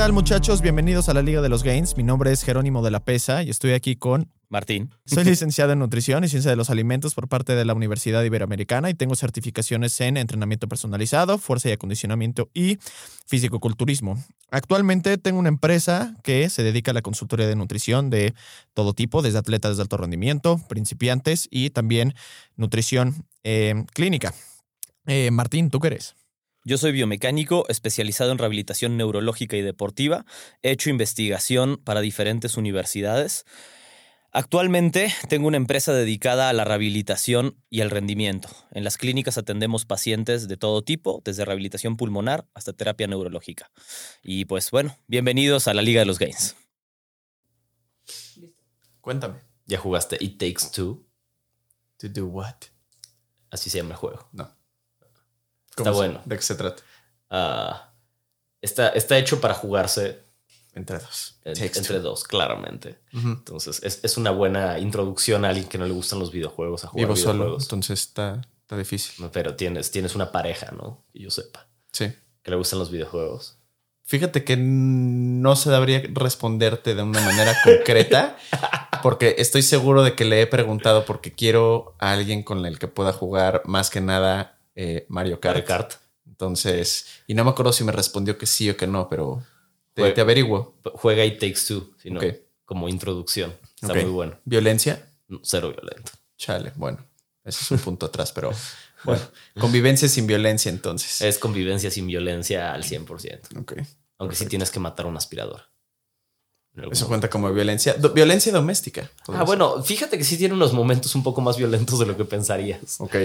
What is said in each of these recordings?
tal, muchachos? Bienvenidos a la Liga de los Gains. Mi nombre es Jerónimo de la Pesa y estoy aquí con Martín. Soy licenciado en Nutrición y Ciencia de los Alimentos por parte de la Universidad Iberoamericana y tengo certificaciones en entrenamiento personalizado, fuerza y acondicionamiento y fisicoculturismo. Actualmente tengo una empresa que se dedica a la consultoría de nutrición de todo tipo, desde atletas de alto rendimiento, principiantes y también nutrición clínica. Martín, ¿tú qué eres? Yo soy biomecánico especializado en rehabilitación neurológica y deportiva. He hecho investigación para diferentes universidades. Actualmente tengo una empresa dedicada a la rehabilitación y al rendimiento. En las clínicas atendemos pacientes de todo tipo, desde rehabilitación pulmonar hasta terapia neurológica. Y pues bueno, bienvenidos a la Liga de los Gains. Cuéntame. ¿Ya jugaste It Takes Two? To do what? Así se llama el juego. No. Está bueno. ¿De qué se trata? Está hecho para jugarse Entre dos. entre dos, claramente. Uh-huh. Entonces, es una buena introducción a alguien que no le gustan los videojuegos, a jugar Vivo videojuegos. solo, entonces está difícil. Pero tienes una pareja, ¿no? Que yo sepa. Sí. Que le gustan los videojuegos. Fíjate que no sabría responderte de una manera concreta porque estoy seguro de que le he preguntado porque quiero a alguien con el que pueda jugar más que nada Mario Kart. Entonces, y no me acuerdo si me respondió que sí o que no, pero te averiguo. Juega It Takes Two, sino Okay. Como introducción. Está Okay. muy bueno. ¿Violencia? No, cero violento. Chale, bueno. Ese es un punto atrás, pero bueno. Convivencia sin violencia, entonces. Es convivencia sin violencia al 100%. Ok. Aunque sí tienes que matar a una aspiradora. Eso cuenta como violencia. Violencia doméstica. Bueno, fíjate que sí tiene unos momentos un poco más violentos de lo que pensarías. Ok.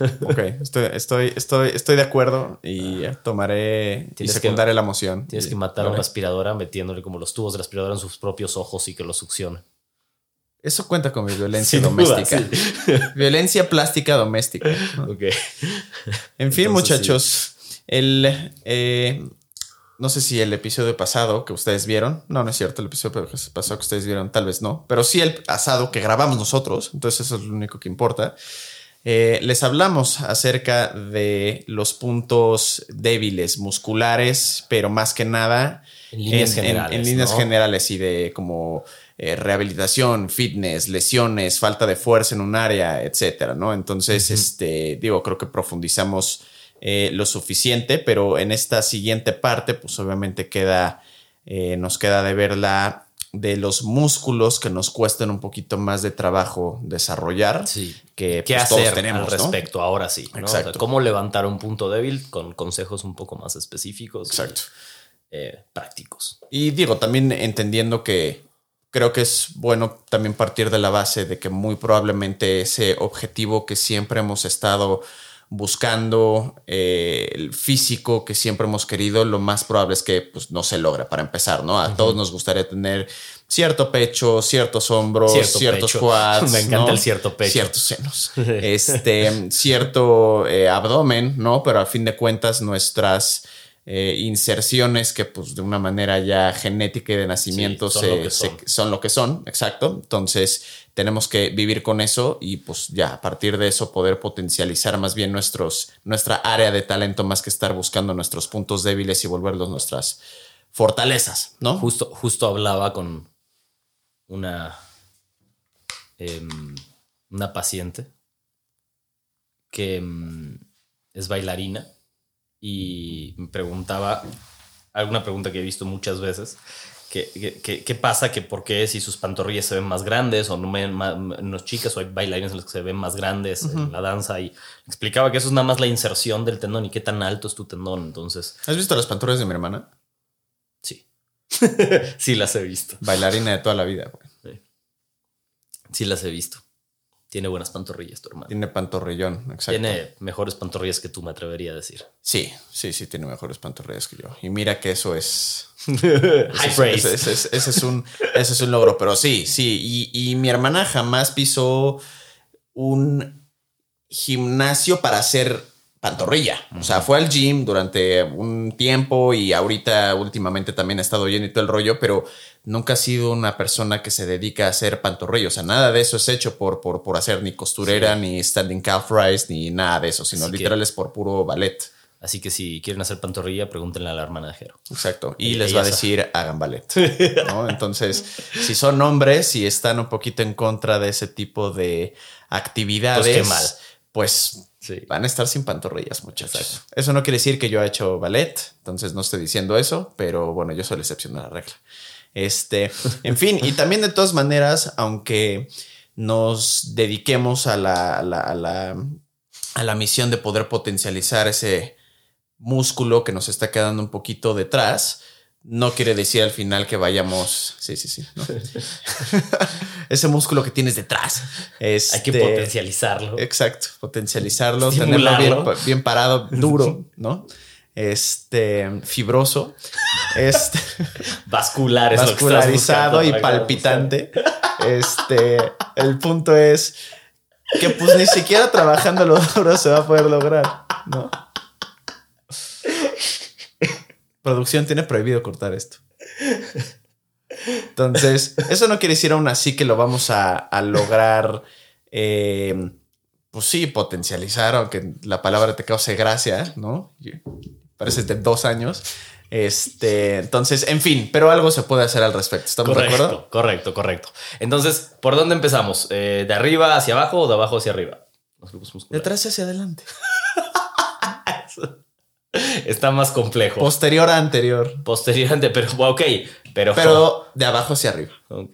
Estoy de acuerdo y tomaré y secundaré la moción. Tienes que matar a una aspiradora metiéndole como los tubos de la aspiradora en sus propios ojos y que lo succione. Eso cuenta como violencia doméstica. Duda, sí. Violencia plástica doméstica, ¿no? Ok. En fin, Entonces, muchachos, sí. No sé si el episodio pasado que ustedes vieron, no es cierto, el episodio pasado que ustedes vieron, tal vez no, pero sí el pasado que grabamos nosotros, entonces eso es lo único que importa. Les hablamos acerca de los puntos débiles musculares, pero más que nada en líneas generales. En líneas generales y de como rehabilitación, fitness, lesiones, falta de fuerza en un área, etcétera, ¿no? Entonces, creo que profundizamos lo suficiente, pero en esta siguiente parte, pues obviamente nos queda de ver de los músculos que nos cuestan un poquito más de trabajo desarrollar. Sí. Que ¿Qué pues, hacer todos tenemos, al respecto? ¿No? Ahora sí, ¿no? Exacto. O sea, cómo levantar un punto débil con consejos un poco más específicos. Exacto. Y, prácticos. Y también entendiendo que creo que es bueno también partir de la base de que muy probablemente ese objetivo que siempre hemos estado buscando, el físico que siempre hemos querido, lo más probable es que pues, no se logra para empezar, ¿no? A todos nos gustaría tener cierto pecho, ciertos hombros, ciertos quads. Me encanta, ¿no? El cierto pecho. Ciertos senos. Cierto abdomen, ¿no? Pero al fin de cuentas nuestras inserciones que pues de una manera ya genética y de nacimiento son lo que son, exacto. Entonces tenemos que vivir con eso y pues ya a partir de eso poder potencializar más bien nuestra área de talento más que estar buscando nuestros puntos débiles y volverlos nuestras fortalezas, ¿no? Justo hablaba con una paciente que es bailarina y me preguntaba alguna pregunta que he visto muchas veces. ¿Qué pasa? Que por qué si sus pantorrillas se ven más grandes o no en las chicas o hay bailarines en los que se ven más grandes en la danza, y explicaba que eso es nada más la inserción del tendón y qué tan alto es tu tendón. Entonces, ¿has visto las pantorrillas de mi hermana? Sí. Sí las he visto. Bailarina de toda la vida, güey. Sí las he visto. Tiene buenas pantorrillas tu hermano. Tiene pantorrillón, exacto. Tiene mejores pantorrillas que tú, me atrevería a decir. Sí, tiene mejores pantorrillas que yo. Y mira que eso es high praise. Ese es un logro, pero sí. Y mi hermana jamás pisó un gimnasio para hacer pantorrilla. O sea, fue al gym durante un tiempo y ahorita últimamente también ha estado yendo y todo el rollo, pero nunca ha sido una persona que se dedica a hacer pantorrilla. O sea, nada de eso es hecho por hacer ni costurera, ni standing calf rise, ni nada de eso, sino así literal es por puro ballet. Así que si quieren hacer pantorrilla, pregúntenle a la hermana de Jero. Exacto. Y les va a decir, hagan ballet, ¿no? Entonces, si son hombres y están un poquito en contra de ese tipo de actividades, pues qué mal. Pues van a estar sin pantorrillas, muchachos. Exacto. Eso no quiere decir que yo he hecho ballet, entonces no estoy diciendo eso, pero bueno, yo soy la excepción de la regla. En fin, y también de todas maneras, aunque nos dediquemos a la misión de poder potencializar ese músculo que nos está quedando un poquito detrás, no quiere decir al final que vayamos... Sí, ¿no? Ese músculo que tienes detrás. Hay que potencializarlo. Exacto, potencializarlo, tenerlo bien parado, duro, ¿no? Fibroso, vascularizado y palpitante. El punto es que pues ni siquiera trabajando lo duro se va a poder lograr, ¿no? Producción tiene prohibido cortar esto. Entonces, eso no quiere decir aún así que lo vamos a lograr, pues sí, potencializar, aunque la palabra te cause gracia, ¿no? Pareces de 2 años. Entonces, en fin, pero algo se puede hacer al respecto. ¿Estamos de acuerdo? Correcto. Entonces, ¿por dónde empezamos? ¿De arriba hacia abajo o de abajo hacia arriba? Los grupos musculares. De atrás hacia adelante. Está más complejo. Posterior a anterior. Pero de abajo hacia arriba.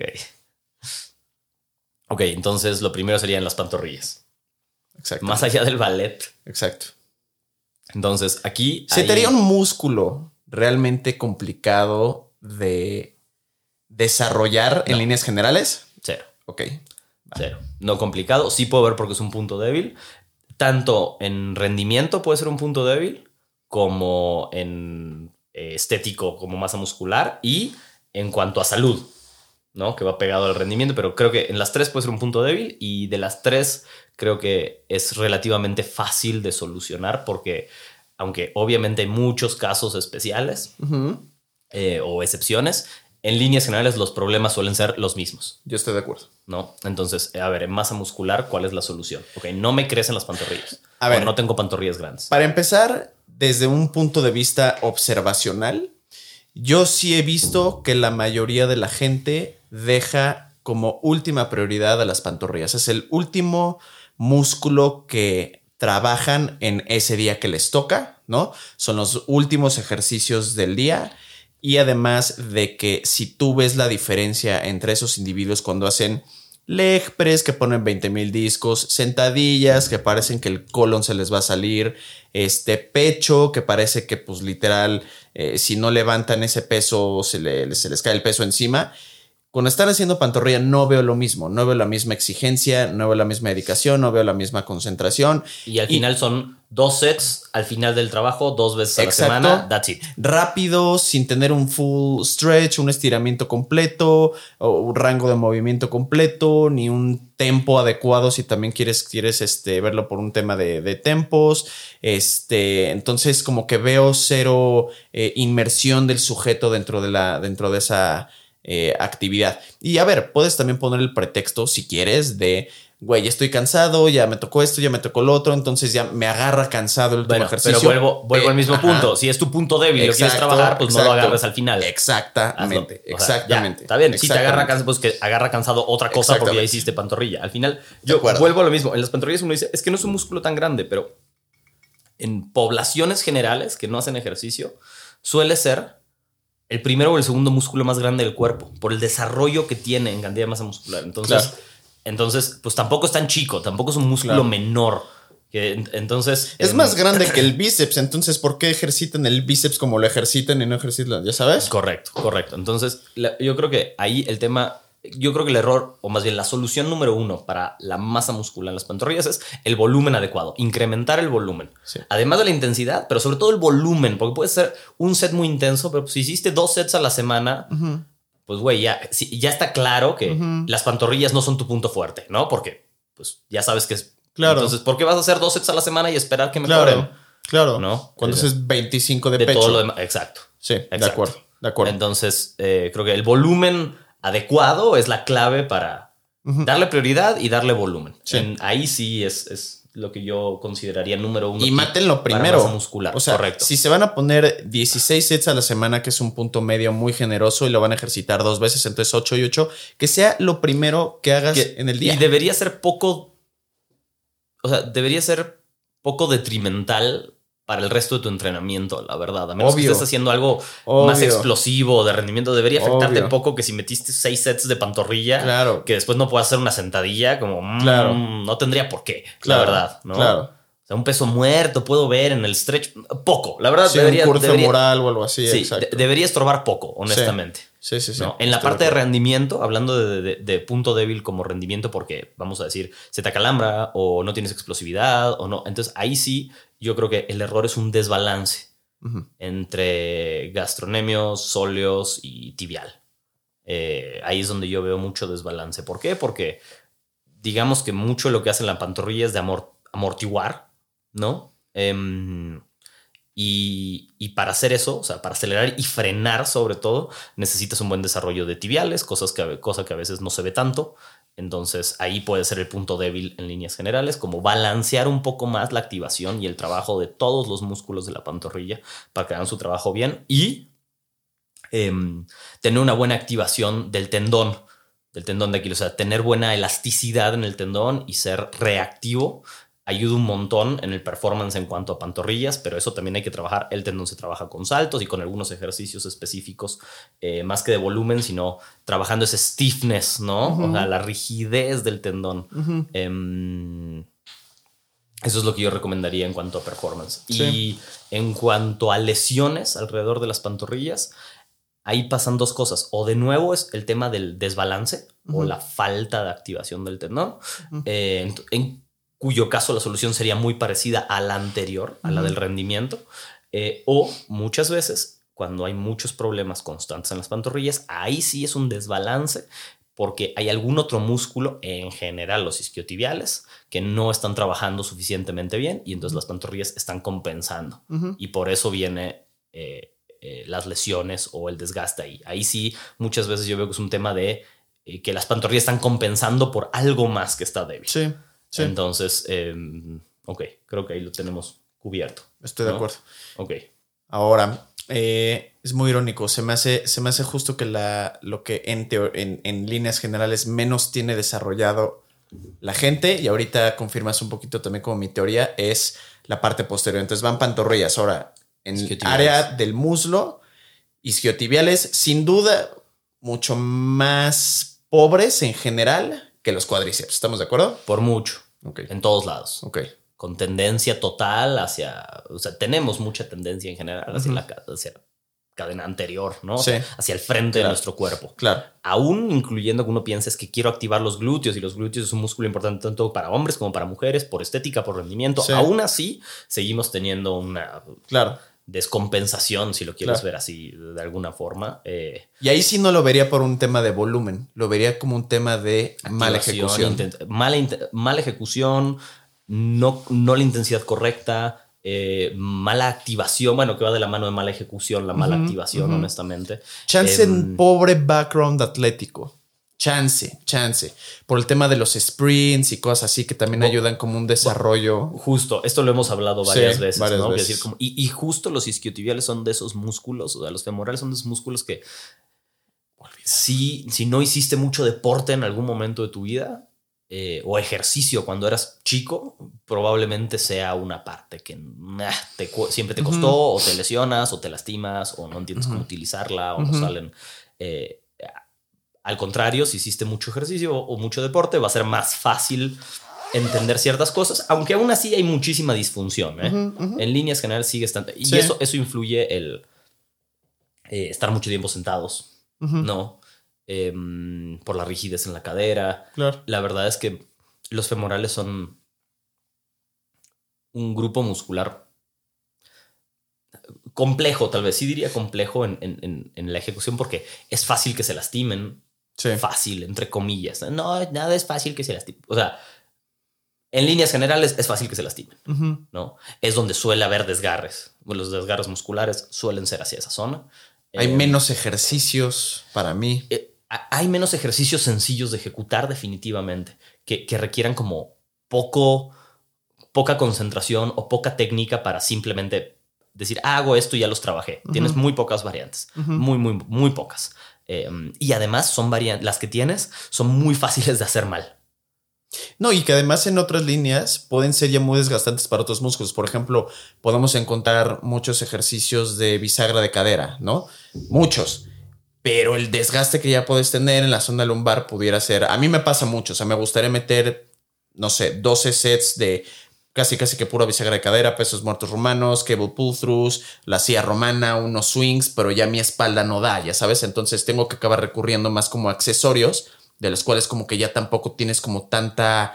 Ok, entonces lo primero serían las pantorrillas. Exacto. Más allá del ballet. Exacto. Entonces, aquí... ¿Sería un músculo realmente complicado de desarrollar en líneas generales? Cero. Ok. Vale. Cero. No complicado. Sí puedo ver porque es un punto débil. Tanto en rendimiento puede ser un punto débil, como en estético, como masa muscular, y en cuanto a salud, ¿no? Que va pegado al rendimiento, pero creo que en las 3 puede ser un punto débil, y de las 3 creo que es relativamente fácil de solucionar, porque aunque obviamente hay muchos casos especiales o excepciones, en líneas generales los problemas suelen ser los mismos. Yo estoy de acuerdo. ¿No? Entonces, a ver, en masa muscular, ¿cuál es la solución? Ok, no me crecen las pantorrillas. A ver, no tengo pantorrillas grandes. Para empezar, desde un punto de vista observacional, yo sí he visto que la mayoría de la gente deja como última prioridad a las pantorrillas. Es el último músculo que trabajan en ese día que les toca, ¿no? Son los últimos ejercicios del día. Y además de que si tú ves la diferencia entre esos individuos cuando hacen leg press, que ponen 20,000 discos, sentadillas, que parecen que el colon se les va a salir, pecho, que parece que pues literal, si no levantan ese peso, se les cae el peso encima. Cuando están haciendo pantorrilla no veo lo mismo, no veo la misma exigencia, no veo la misma dedicación, no veo la misma concentración. Y al final son 2 sets al final del trabajo, 2 veces a la semana, that's it. Rápido, sin tener un full stretch, un estiramiento completo, o un rango de movimiento completo, ni un tempo adecuado si también quieres verlo por un tema de tempos. Entonces como que veo cero inmersión del sujeto dentro de esa actividad. Y a ver, puedes también poner el pretexto si quieres de, güey, estoy cansado, ya me tocó esto, ya me tocó lo otro, entonces ya me agarra cansado el último ejercicio. Pero vuelvo al mismo punto. Si es tu punto débil y lo quieres trabajar, pues no lo agarres al final. Exactamente. Ya, está bien. Si te agarra cansado, pues que agarra cansado otra cosa porque ya hiciste pantorrilla. Al final, yo vuelvo a lo mismo. En las pantorrillas uno dice, es que no es un músculo tan grande, pero en poblaciones generales que no hacen ejercicio, suele ser el primero o el segundo músculo más grande del cuerpo por el desarrollo que tiene en cantidad de masa muscular. Entonces, pues tampoco es tan chico, tampoco es un músculo menor. Entonces es más grande que el bíceps. Entonces, ¿por qué ejercitan el bíceps como lo ejercitan y no ejercitan? ¿Ya sabes? Correcto. Entonces, yo creo que ahí el tema, yo creo que el error, o más bien la solución número 1 para la masa muscular en las pantorrillas es el volumen adecuado, incrementar el volumen. Sí. Además de la intensidad, pero sobre todo el volumen, porque puede ser un set muy intenso, pero si hiciste 2 sets a la semana, pues güey, ya está claro que las pantorrillas no son tu punto fuerte, ¿no? Porque pues ya sabes que es... Claro. Entonces, ¿por qué vas a hacer 2 sets a la semana y esperar que mejoren? Claro. ¿No? Cuando haces 25 de pecho. Todo lo demás. Exacto. Sí, exacto. De acuerdo. Entonces, creo que el volumen adecuado es la clave para darle prioridad y darle volumen. Sí. Ahí sí es lo que yo consideraría número uno. Y mátenlo primero. Masa muscular. O sea, correcto. Si se van a poner 16 sets a la semana, que es un punto medio muy generoso, y lo van a ejercitar 2 veces, entonces 8 y 8, que sea lo primero que hagas en el día. Y debería ser poco, o sea, debería ser poco detrimental para el resto de tu entrenamiento, la verdad. A menos que estés haciendo algo más explosivo de rendimiento, debería afectarte poco que si metiste 6 sets de pantorrilla, que después no puedas hacer una sentadilla, como no tendría por qué, la verdad, ¿no? O sea, un peso muerto puedo ver en el stretch, poco, la verdad. Sí, debería, un curso femoral o algo así. Sí, debería estorbar poco, honestamente. Sí. ¿No? En la parte de rendimiento, hablando de punto débil como rendimiento, porque vamos a decir, se te acalambra o no tienes explosividad o no. Entonces ahí sí, yo creo que el error es un desbalance entre gastrocnemios, sóleos y tibial. Ahí es donde yo veo mucho desbalance. ¿Por qué? Porque digamos que mucho de lo que hace la pantorrilla es de amortiguar, ¿no? Y para hacer eso, o sea, para acelerar y frenar sobre todo, necesitas un buen desarrollo de tibiales, cosa que a veces no se ve tanto. Entonces ahí puede ser el punto débil en líneas generales, como balancear un poco más la activación y el trabajo de todos los músculos de la pantorrilla para que hagan su trabajo bien y tener una buena activación del tendón de Aquiles, o sea, tener buena elasticidad en el tendón y ser reactivo. Ayuda un montón en el performance en cuanto a pantorrillas, pero eso también hay que trabajar. El tendón se trabaja con saltos y con algunos ejercicios específicos, más que de volumen, sino trabajando ese stiffness, ¿no? O sea, la rigidez del tendón. Eso es lo que yo recomendaría en cuanto a performance. Sí. Y en cuanto a lesiones alrededor de las pantorrillas, ahí pasan dos cosas. O de nuevo es el tema del desbalance o la falta de activación del tendón. En cuyo caso la solución sería muy parecida a la anterior, a la del rendimiento, o muchas veces, cuando hay muchos problemas constantes en las pantorrillas, ahí sí es un desbalance, porque hay algún otro músculo, en general los isquiotibiales, que no están trabajando suficientemente bien, y entonces las pantorrillas están compensando, y por eso viene las lesiones o el desgaste ahí. Ahí sí, muchas veces yo veo que es un tema de que las pantorrillas están compensando por algo más que está débil. Sí. Sí. Entonces, ok, creo que ahí lo tenemos cubierto. Estoy de acuerdo. Ok. Ahora, es muy irónico. Se me hace justo que lo que en líneas generales menos tiene desarrollado la gente, y ahorita confirmas un poquito también como mi teoría, es la parte posterior. Entonces van pantorrillas. Ahora, en el área del muslo, isquiotibiales, sin duda, mucho más pobres en general que los cuádriceps. ¿Estamos de acuerdo? Por mucho. Okay. En todos lados. Okay. Con tendencia total hacia... O sea, tenemos mucha tendencia en general hacia la cadena anterior, ¿no? Sí. O sea, hacia el frente de nuestro cuerpo. Claro. Aún incluyendo que uno piensa es que quiero activar los glúteos, y los glúteos es un músculo importante tanto para hombres como para mujeres, por estética, por rendimiento. Sí. Aún así, seguimos teniendo una... Claro. Descompensación, si lo quieres ver así de alguna forma. Y ahí sí no lo vería por un tema de volumen, lo vería como un tema de mala ejecución. Mala ejecución, no la intensidad correcta, mala activación, bueno, que va de la mano de mala ejecución, la mala activación, honestamente. Chance en pobre background atlético. Chance. Por el tema de los sprints y cosas así que también ayudan como un desarrollo. Justo, esto lo hemos hablado varias veces, ¿no? Veces. Es decir, y justo los isquiotibiales son de esos músculos, o sea, los femorales son de esos músculos que si no hiciste mucho deporte en algún momento de tu vida, o ejercicio cuando eras chico, probablemente sea una parte que siempre te costó, o te lesionas, o te lastimas, o no entiendes cómo utilizarla, o no salen... Al contrario, si hiciste mucho ejercicio o mucho deporte, va a ser más fácil entender ciertas cosas, aunque aún así hay muchísima disfunción. En líneas generales sigue estando... Y eso influye el estar mucho tiempo sentados, ¿no? Por la rigidez en la cadera. Claro. La verdad es que los femorales son un grupo muscular complejo, tal vez. Sí diría complejo en la ejecución, porque es fácil que se lastimen. Sí. Fácil, entre comillas. No, nada es fácil que se lastimen. O sea, en líneas generales es fácil que se lastimen, ¿no? Es donde suele haber desgarres. Los desgarres musculares suelen ser hacia esa zona. Hay menos ejercicios para mí. Hay menos ejercicios sencillos de ejecutar, definitivamente, que requieran como poco poca concentración o poca técnica para simplemente decir, hago esto y ya los trabajé. Tienes muy pocas variantes, muy pocas. Y además son las que tienes son muy fáciles de hacer mal. No, y que además en otras líneas pueden ser ya muy desgastantes para otros músculos. Por ejemplo, podemos encontrar muchos ejercicios de bisagra de cadera, ¿no? Muchos. Pero el desgaste que ya puedes tener en la zona lumbar pudiera ser... A mí me pasa mucho. O sea, me gustaría meter, no sé, 12 sets de casi que pura bisagra de cadera, pesos muertos rumanos, cable pull-throughs, la silla romana, unos swings, pero ya mi espalda no da, ya sabes. Entonces tengo que acabar recurriendo más como accesorios, de los cuales como que ya tampoco tienes como tanta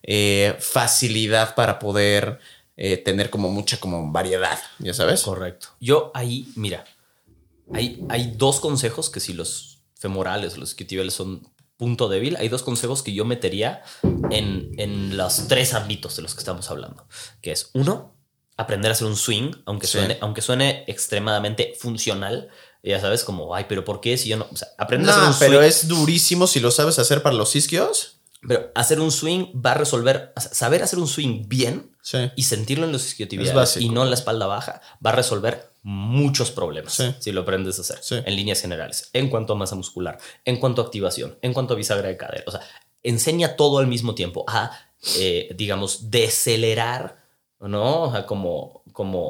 facilidad para poder tener como mucha como variedad, ya sabes. Correcto. Yo ahí, mira, hay dos consejos que si los femorales, los isquiotibiales son punto débil, hay dos consejos que yo metería en los tres ámbitos de los que estamos hablando, que es uno, aprender a hacer un swing, aunque suene extremadamente funcional. Ya sabes, como, ay, pero ¿por qué si yo no? O sea, aprender a hacer un swing. Pero es durísimo si lo sabes hacer para los isquios. Pero hacer un swing va a resolver, saber hacer un swing bien y sentirlo en los isquiotibiales y no en la espalda baja, va a resolver muchos problemas si lo aprendes a hacer en líneas generales, en cuanto a masa muscular, en cuanto a activación, en cuanto a bisagra de cadera. O sea, enseña todo al mismo tiempo a, digamos, decelerar, ¿no? O sea, como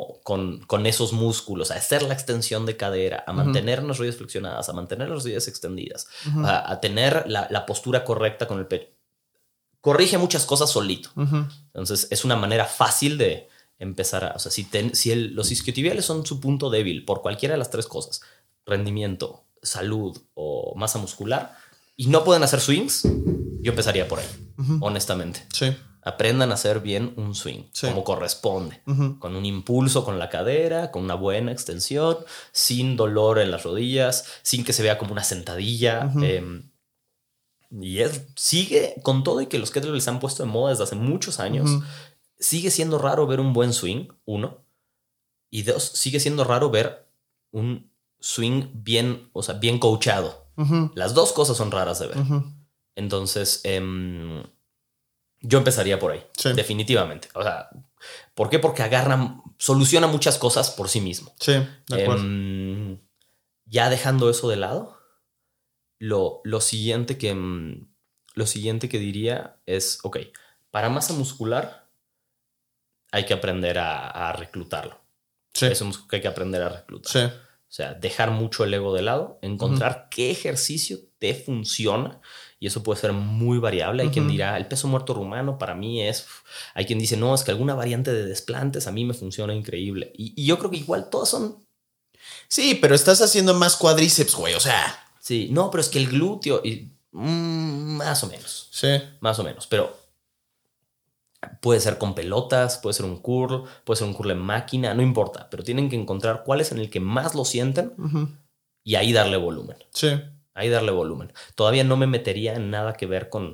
con esos músculos, a hacer la extensión de cadera, a mantener las rodillas flexionadas, a mantener las rodillas extendidas, a tener la postura correcta con el pecho. Corrige muchas cosas solito. Entonces es una manera fácil de empezar a... O sea, los isquiotibiales son su punto débil por cualquiera de las tres cosas, rendimiento, salud o masa muscular, y no pueden hacer swings, yo empezaría por ahí, honestamente. Sí. Aprendan a hacer bien un swing, como corresponde, con un impulso con la cadera, con una buena extensión, sin dolor en las rodillas, sin que se vea como una sentadilla. Y sigue, con todo y que los kettlebells se han puesto de moda desde hace muchos años, sigue siendo raro ver un buen swing, uno, y dos, sigue siendo raro ver un swing bien, o sea, bien coachado. Las dos cosas son raras de ver. Entonces, yo empezaría por ahí, definitivamente. O sea, ¿por qué? Porque soluciona muchas cosas por sí mismo. Sí, de acuerdo. Ya dejando eso de lado, lo siguiente que diría es, ok, para masa muscular hay que aprender a reclutarlo. Es un músculo que hay que aprender a reclutar. O sea, dejar mucho el ego de lado, encontrar qué ejercicio te funciona. Y eso puede ser muy variable. Hay quien dirá, el peso muerto rumano para mí es... Hay quien dice, no, es que alguna variante de desplantes a mí me funciona increíble. Y yo creo que igual todas son... Sí, pero estás haciendo más cuádriceps, güey, o sea... Sí, no, pero es que el glúteo... más o menos. Sí. Más o menos, pero... Puede ser con pelotas, puede ser un curl en máquina, no importa. Pero tienen que encontrar cuál es en el que más lo sienten y ahí darle volumen. Sí. Ahí darle volumen. Todavía no me metería en nada que ver con...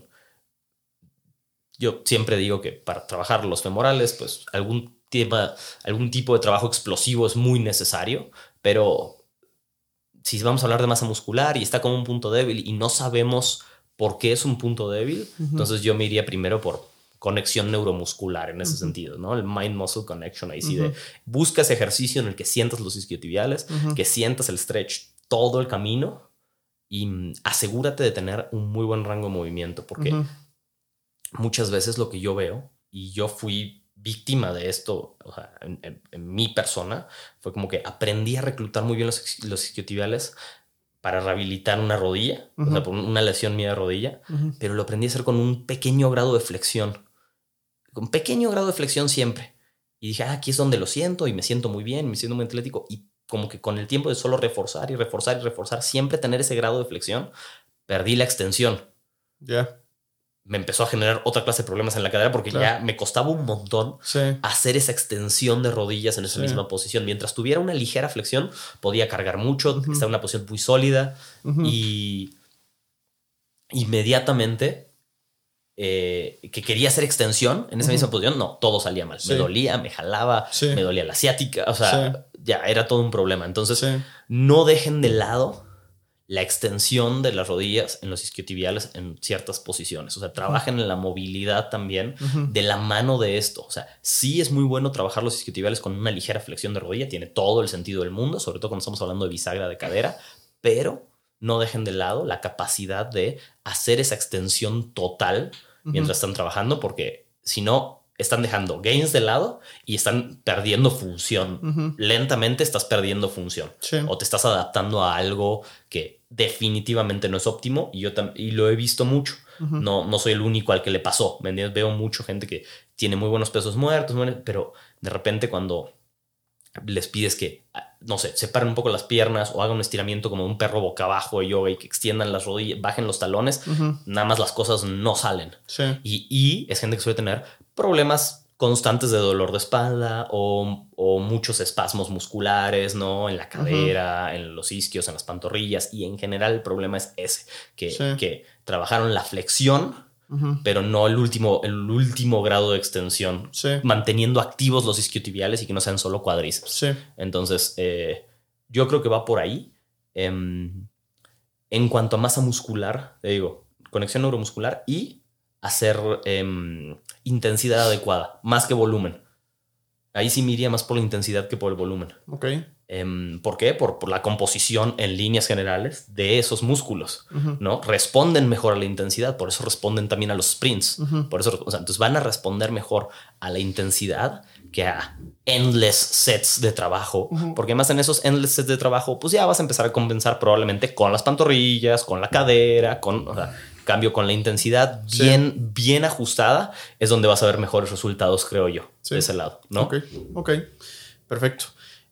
Yo siempre digo que para trabajar los femorales, pues algún tipo de trabajo explosivo es muy necesario, pero si vamos a hablar de masa muscular y está como un punto débil y no sabemos por qué es un punto débil, entonces yo me iría primero por conexión neuromuscular en ese sentido, ¿no? El mind-muscle connection, ahí sí de busca ese ejercicio en el que sientas los isquiotibiales, que sientas el stretch todo el camino y asegúrate de tener un muy buen rango de movimiento, porque muchas veces lo que yo veo, y yo fui víctima de esto, o sea, en mi persona, fue como que aprendí a reclutar muy bien los isquiotibiales para rehabilitar una rodilla, o sea, por una lesión mía de rodilla, pero lo aprendí a hacer con un pequeño grado de flexión. Con pequeño grado de flexión siempre. Y dije, aquí es donde lo siento y me siento muy bien, me siento muy atlético. Y como que con el tiempo de solo reforzar y reforzar y reforzar, siempre tener ese grado de flexión, perdí la extensión. Ya. Me empezó a generar otra clase de problemas en la cadera porque ya me costaba un montón hacer esa extensión de rodillas en esa misma posición. Mientras tuviera una ligera flexión, podía cargar mucho, estaba en una posición muy sólida y inmediatamente que quería hacer extensión en esa misma posición, no, todo salía mal. Me dolía, me jalaba, me dolía la ciática, o sea, ya era todo un problema. Entonces, no dejen de lado la extensión de las rodillas en los isquiotibiales en ciertas posiciones. O sea, trabajen en la movilidad también de la mano de esto. O sea, sí es muy bueno trabajar los isquiotibiales con una ligera flexión de rodilla. Tiene todo el sentido del mundo, sobre todo cuando estamos hablando de bisagra de cadera, pero no dejen de lado la capacidad de hacer esa extensión total mientras están trabajando, porque si no, están dejando gains de lado y están perdiendo función. Lentamente estás perdiendo función. Sí. O te estás adaptando a algo que definitivamente no es óptimo. Y lo he visto mucho. No soy el único al que le pasó. ¿Me entiendes? Veo mucha gente que tiene muy buenos pesos muertos, pero de repente cuando les pides que, no sé, separen un poco las piernas o hagan un estiramiento como un perro boca abajo de yoga y que extiendan las rodillas, bajen los talones, nada más las cosas no salen. Sí. Y es gente que suele tener problemas constantes de dolor de espalda o muchos espasmos musculares, ¿no? En la cadera, en los isquios, en las pantorrillas, y en general el problema es ese, que trabajaron la flexión, pero no el último grado de extensión, manteniendo activos los isquiotibiales y que no sean solo cuádriceps. Sí. Entonces, yo creo que va por ahí. En cuanto a masa muscular, te digo, conexión neuromuscular y hacer intensidad adecuada, más que volumen. Ahí sí me iría más por la intensidad que por el volumen. Ok. ¿Por qué? Por la composición en líneas generales de esos músculos, ¿no? Responden mejor a la intensidad, por eso responden también a los sprints. Por eso, o sea, entonces van a responder mejor a la intensidad que a endless sets de trabajo, porque además en esos endless sets de trabajo, pues ya vas a empezar a compensar probablemente con las pantorrillas, con la cadera, o sea, cambio con la intensidad bien ajustada, es donde vas a ver mejores resultados, creo yo, de ese lado, ¿no? Ok, perfecto.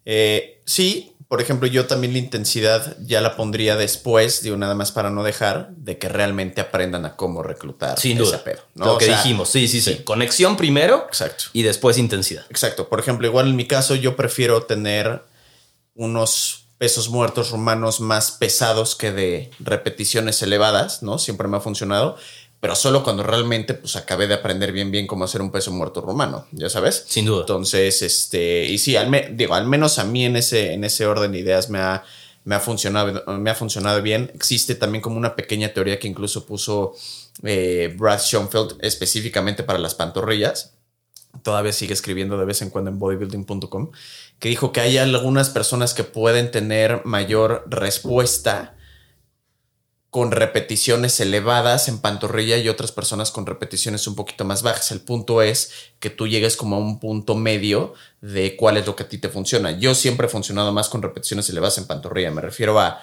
Sí, por ejemplo, yo también la intensidad ya la pondría después, digo, nada más para no dejar de que realmente aprendan a cómo reclutar. Sin duda, ese pedo, ¿no? Lo que dijimos, sí. Conexión primero. Exacto. Y después intensidad. Exacto. Por ejemplo, igual en mi caso yo prefiero tener unos pesos muertos romanos más pesados que de repeticiones elevadas, ¿no? Siempre me ha funcionado, pero solo cuando realmente pues acabé de aprender bien cómo hacer un peso muerto romano, ya sabes. Sin duda. Entonces, y sí, al menos a mí en ese orden de ideas me ha funcionado bien. Existe también como una pequeña teoría que incluso puso Brad Schoenfeld específicamente para las pantorrillas. Todavía sigue escribiendo de vez en cuando en bodybuilding.com, que dijo que hay algunas personas que pueden tener mayor respuesta con repeticiones elevadas en pantorrilla y otras personas con repeticiones un poquito más bajas. El punto es que tú llegues como a un punto medio de cuál es lo que a ti te funciona. Yo siempre he funcionado más con repeticiones elevadas en pantorrilla. Me refiero a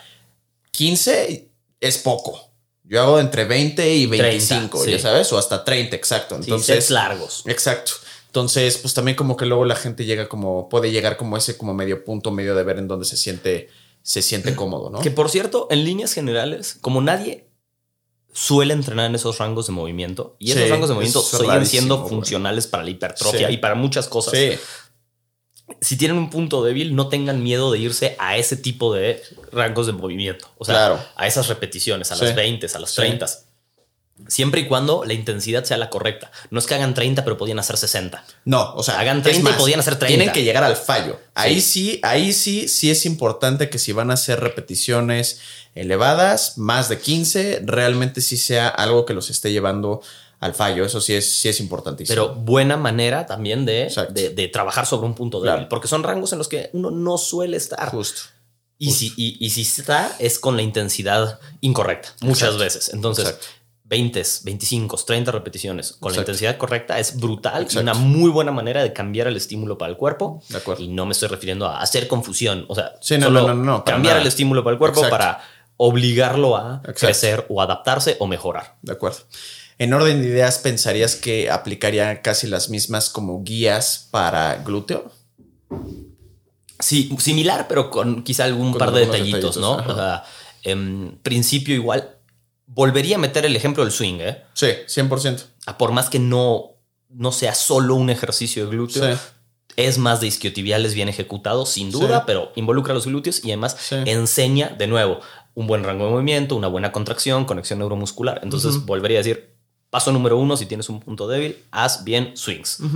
15 es poco. Yo hago entre 20 y 25, 30, ya sabes, o hasta 30, exacto. Entonces, sets largos. Exacto. Entonces, pues también como que luego la gente puede llegar como ese como medio punto medio de ver en dónde se siente cómodo, ¿no? Que por cierto, en líneas generales, como nadie suele entrenar en esos rangos de movimiento, y esos rangos de movimiento siguen siendo funcionales para la hipertrofia y para muchas cosas. Sí. Si tienen un punto débil, no tengan miedo de irse a ese tipo de rangos de movimiento. O sea, a esas repeticiones, a las 20, a las 30. Siempre y cuando la intensidad sea la correcta. No es que hagan 30 pero podían hacer 60. No, o sea, hagan 30 y podían hacer 30. Tienen que llegar al fallo. Ahí sí es importante que si van a hacer repeticiones elevadas, más de 15, realmente sí sea algo que los esté llevando al fallo. Eso sí es importantísimo. Pero buena manera también de trabajar sobre un punto débil, porque son rangos en los que uno no suele estar. Justo. Y si está, es con la intensidad incorrecta, muchas veces. Entonces, 20, 25, 30 repeticiones con la intensidad correcta es brutal. Y una muy buena manera de cambiar el estímulo para el cuerpo. De acuerdo. Y no me estoy refiriendo a hacer confusión. O sea, no, cambiar el estímulo para el cuerpo para obligarlo a crecer o adaptarse o mejorar. De acuerdo. En orden de ideas, ¿pensarías que aplicaría casi las mismas como guías para glúteo? Sí, similar, pero con quizá algún par de detallitos, ¿no? O sea, en principio igual. Volvería a meter el ejemplo del swing, ¿eh? Sí, 100%. Por más que no sea solo un ejercicio de glúteo, es más de isquiotibiales bien ejecutado, sin duda, pero involucra los glúteos y además enseña, de nuevo, un buen rango de movimiento, una buena contracción, conexión neuromuscular. Entonces, volvería a decir, paso número 1, si tienes un punto débil, haz bien swings.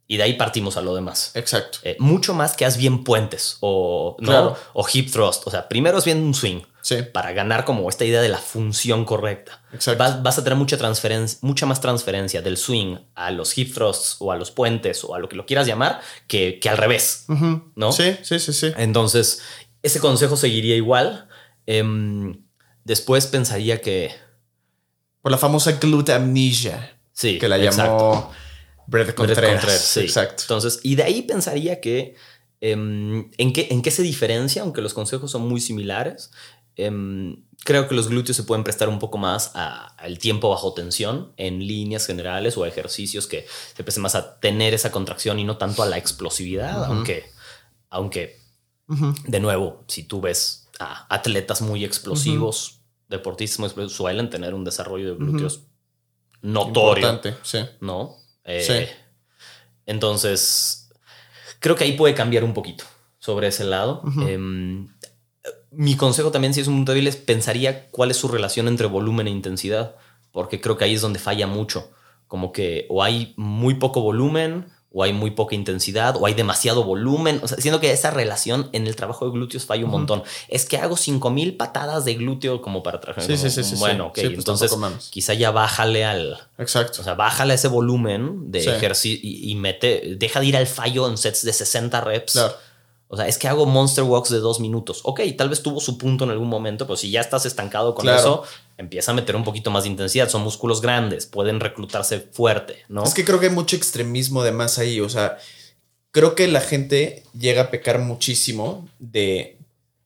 Y de ahí partimos a lo demás. Exacto. Mucho más que haz bien puentes o, ¿no? Claro. O hip thrust. O sea, primero es bien un swing. Sí. Para ganar como esta idea de la función correcta. Exacto. Vas a tener mucha más transferencia del swing a los hip thrusts o a los puentes o a lo que lo quieras llamar que al revés. ¿No? Sí. Entonces, ese consejo seguiría igual. Después pensaría que... Por la famosa glute amnesia. Sí, que la llamó Brett Contreras. Sí. Exacto. Entonces, y de ahí pensaría que ¿en qué se diferencia? Aunque los consejos son muy similares. Creo que los glúteos se pueden prestar un poco más al tiempo bajo tensión en líneas generales o a ejercicios que se presten más a tener esa contracción y no tanto a la explosividad, aunque de nuevo, si tú ves a atletas muy explosivos, deportistas muy explosivos, suelen tener un desarrollo de glúteos notorio. Importante, sí. ¿No? Sí. Entonces, creo que ahí puede cambiar un poquito sobre ese lado. Mi consejo también, si es un punto débil, es pensaría cuál es su relación entre volumen e intensidad, porque creo que ahí es donde falla mucho. Como que o hay muy poco volumen, o hay muy poca intensidad, o hay demasiado volumen. O sea, siento que esa relación en el trabajo de glúteos falla un montón. Es que hago 5,000 patadas de glúteo como para trabajar. Sí. Bueno, ok. Sí, pues entonces, quizá ya bájale al... Exacto. O sea, bájale ese volumen de ejercicio y deja de ir al fallo en sets de 60 reps. Claro. O sea, es que hago monster walks de 2 minutos. Ok, tal vez tuvo su punto en algún momento, pero si ya estás estancado con eso, empieza a meter un poquito más de intensidad. Son músculos grandes, pueden reclutarse fuerte, ¿no? Es que creo que hay mucho extremismo de más ahí. O sea, creo que la gente llega a pecar muchísimo de...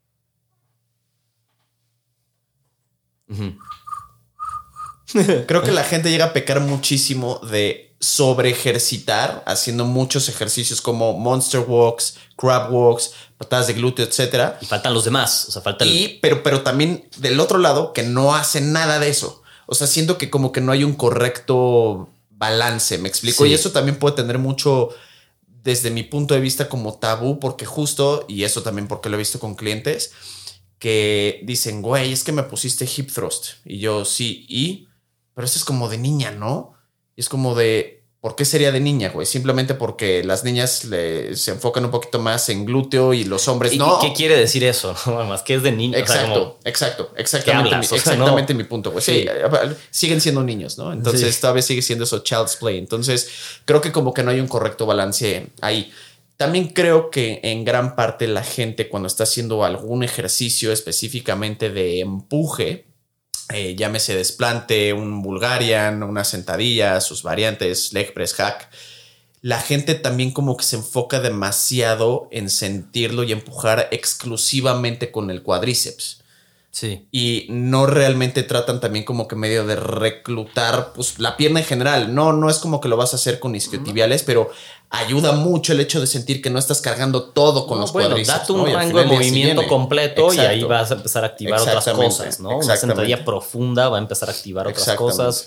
Creo que la gente llega a pecar muchísimo de sobre ejercitar, haciendo muchos ejercicios como monster walks, crab walks, patadas de glúteo, etcétera. Y faltan los demás. O sea, falta pero también del otro lado que no hacen nada de eso. O sea, siento que como que no hay un correcto balance, ¿me explico? Sí. Y eso también puede tener mucho, desde mi punto de vista, como tabú, porque justo, y eso también porque lo he visto con clientes, que dicen, güey, es que me pusiste hip thrust. Y yo, sí, pero eso es como de niña, ¿no? Y es como de, ¿por qué sería de niña, güey? Simplemente porque las niñas se enfocan un poquito más en glúteo y los hombres no. ¿Qué quiere decir eso? Más que es de niña. Exacto, o sea, exactamente. Exactamente mi punto, güey. Sí, siguen siendo niños, ¿no? Entonces todavía sigue siendo eso child's play. Entonces creo que como que no hay un correcto balance ahí. También creo que en gran parte la gente cuando está haciendo algún ejercicio específicamente de empuje, llámese desplante, un Bulgarian, una sentadilla, sus variantes, leg press, hack, la gente también como que se enfoca demasiado en sentirlo y empujar exclusivamente con el cuádriceps. Sí. Y no realmente tratan también como que medio de reclutar pues, la pierna en general. No es como que lo vas a hacer con isquiotibiales, pero ayuda mucho el hecho de sentir que no estás cargando todo con los cuádriceps. Date un rango de movimiento completo. Exacto. Y ahí vas a empezar a activar otras cosas, ¿no? Una sentadilla profunda va a empezar a activar otras cosas.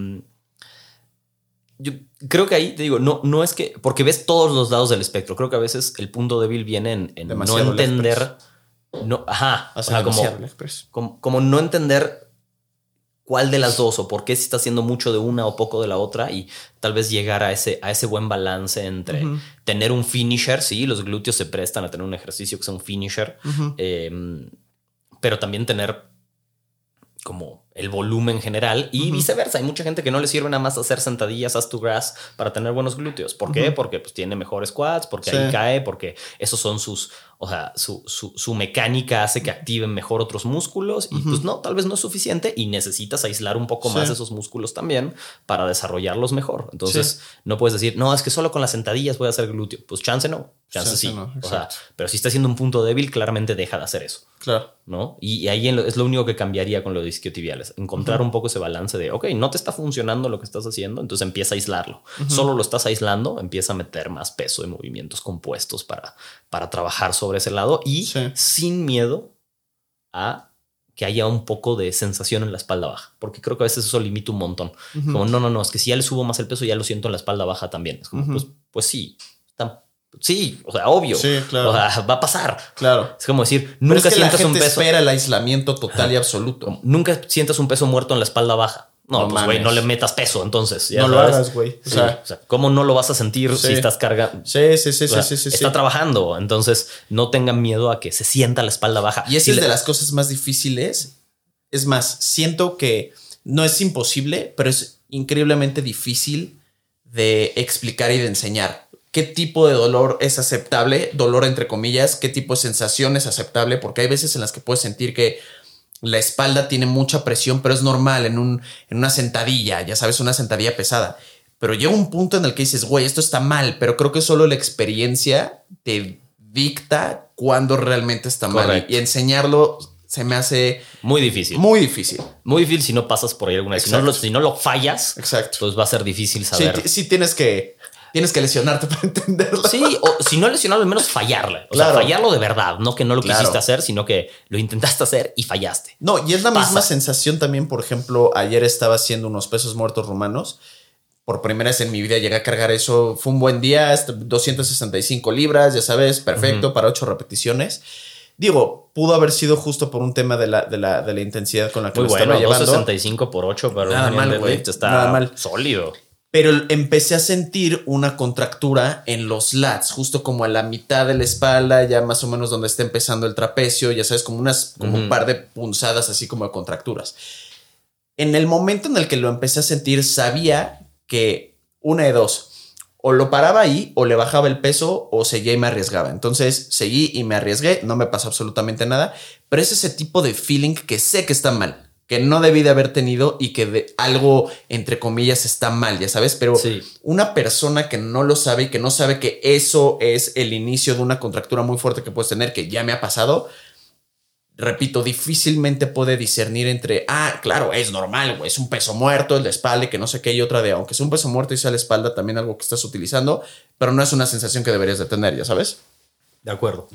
Yo creo que ahí te digo, no es que, porque ves todos los lados del espectro. Creo que a veces el punto débil viene en no entender. O sea, como no entender cuál de las dos o por qué se está haciendo mucho de una o poco de la otra y tal vez llegar a ese buen balance entre tener un finisher. Sí, los glúteos se prestan a tener un ejercicio que sea un finisher, pero también tener como el volumen general y viceversa. Hay mucha gente que no le sirve nada más hacer sentadillas as to grass para tener buenos glúteos. ¿Por qué? Porque pues tiene mejores quads, porque ahí cae, porque esos son sus, o sea, su mecánica hace que activen mejor otros músculos y pues no, tal vez no es suficiente y necesitas aislar un poco más esos músculos también para desarrollarlos mejor. Entonces no puedes decir, no, es que solo con las sentadillas voy a hacer glúteo. Pues chance no, chance sí. No, o sea, pero si está haciendo un punto débil, claramente deja de hacer eso. Claro. ¿No? Y ahí es lo único que cambiaría con lo de isquiotibiales. Encontrar un poco ese balance de, ok, no te está funcionando lo que estás haciendo, entonces empieza a aislarlo. Solo lo estás aislando, empieza a meter más peso de movimientos compuestos para trabajar sobre ese lado y sin miedo a que haya un poco de sensación en la espalda baja, porque creo que a veces eso limita un montón. Como no, es que si ya le subo más el peso, ya lo siento en la espalda baja también. Es como, pues sí, sí, o sea, obvio. Sí, claro. O sea, va a pasar. Claro. Es como decir, nunca sientas un peso. Espera el aislamiento total y absoluto. Nunca sientas un peso muerto en la espalda baja. No, pues güey, no le metas peso entonces. No lo hagas, güey. O sea, ¿cómo no lo vas a sentir si estás cargando? Sí. Está trabajando, entonces no tengan miedo a que se sienta la espalda baja. Y esa es de las cosas más difíciles. Es más, siento que no es imposible, pero es increíblemente difícil de explicar y de enseñar. ¿Qué tipo de dolor es aceptable? Dolor entre comillas. ¿Qué tipo de sensación es aceptable? Porque hay veces en las que puedes sentir que la espalda tiene mucha presión, pero es normal en una sentadilla, ya sabes, una sentadilla pesada. Pero llega un punto en el que dices, güey, esto está mal, pero creo que solo la experiencia te dicta cuándo realmente está mal. Y enseñarlo se me hace muy difícil. Muy difícil. Muy difícil si no pasas por ahí alguna vez. Si no lo fallas, exacto, pues va a ser difícil saber. Sí, tienes que lesionarte para entenderlo. Sí, o si no lesionarlo, al menos fallarle. O sea, fallarlo de verdad. No que no lo quisiste hacer, sino que lo intentaste hacer y fallaste. No, y es la misma sensación también. Por ejemplo, ayer estaba haciendo unos pesos muertos rumanos. Por primera vez en mi vida llegué a cargar eso. Fue un buen día, 265 libras, ya sabes, perfecto, para 8 repeticiones. Digo, pudo haber sido justo por un tema de la intensidad con la que lo estaba llevando. 265 por 8 para nada un mal, güey. Está nada mal. Sólido. Pero empecé a sentir una contractura en los lats, justo como a la mitad de la espalda, ya más o menos donde está empezando el trapecio, ya sabes, como un par de punzadas así como de contracturas. En el momento en el que lo empecé a sentir, sabía que una de dos, o lo paraba ahí, o le bajaba el peso, o seguía y me arriesgaba. Entonces seguí y me arriesgué, no me pasó absolutamente nada, pero es ese tipo de feeling que sé que está mal, que no debí de haber tenido y que algo, entre comillas, está mal, ya sabes. Pero una persona que no lo sabe y que no sabe que eso es el inicio de una contractura muy fuerte que puedes tener, que ya me ha pasado, repito, difícilmente puede discernir entre, claro, es normal, güey, es un peso muerto, el de espalda, que no sé qué, y otra de, aunque sea un peso muerto y sea la espalda, también algo que estás utilizando, pero no es una sensación que deberías de tener, ya sabes. De acuerdo.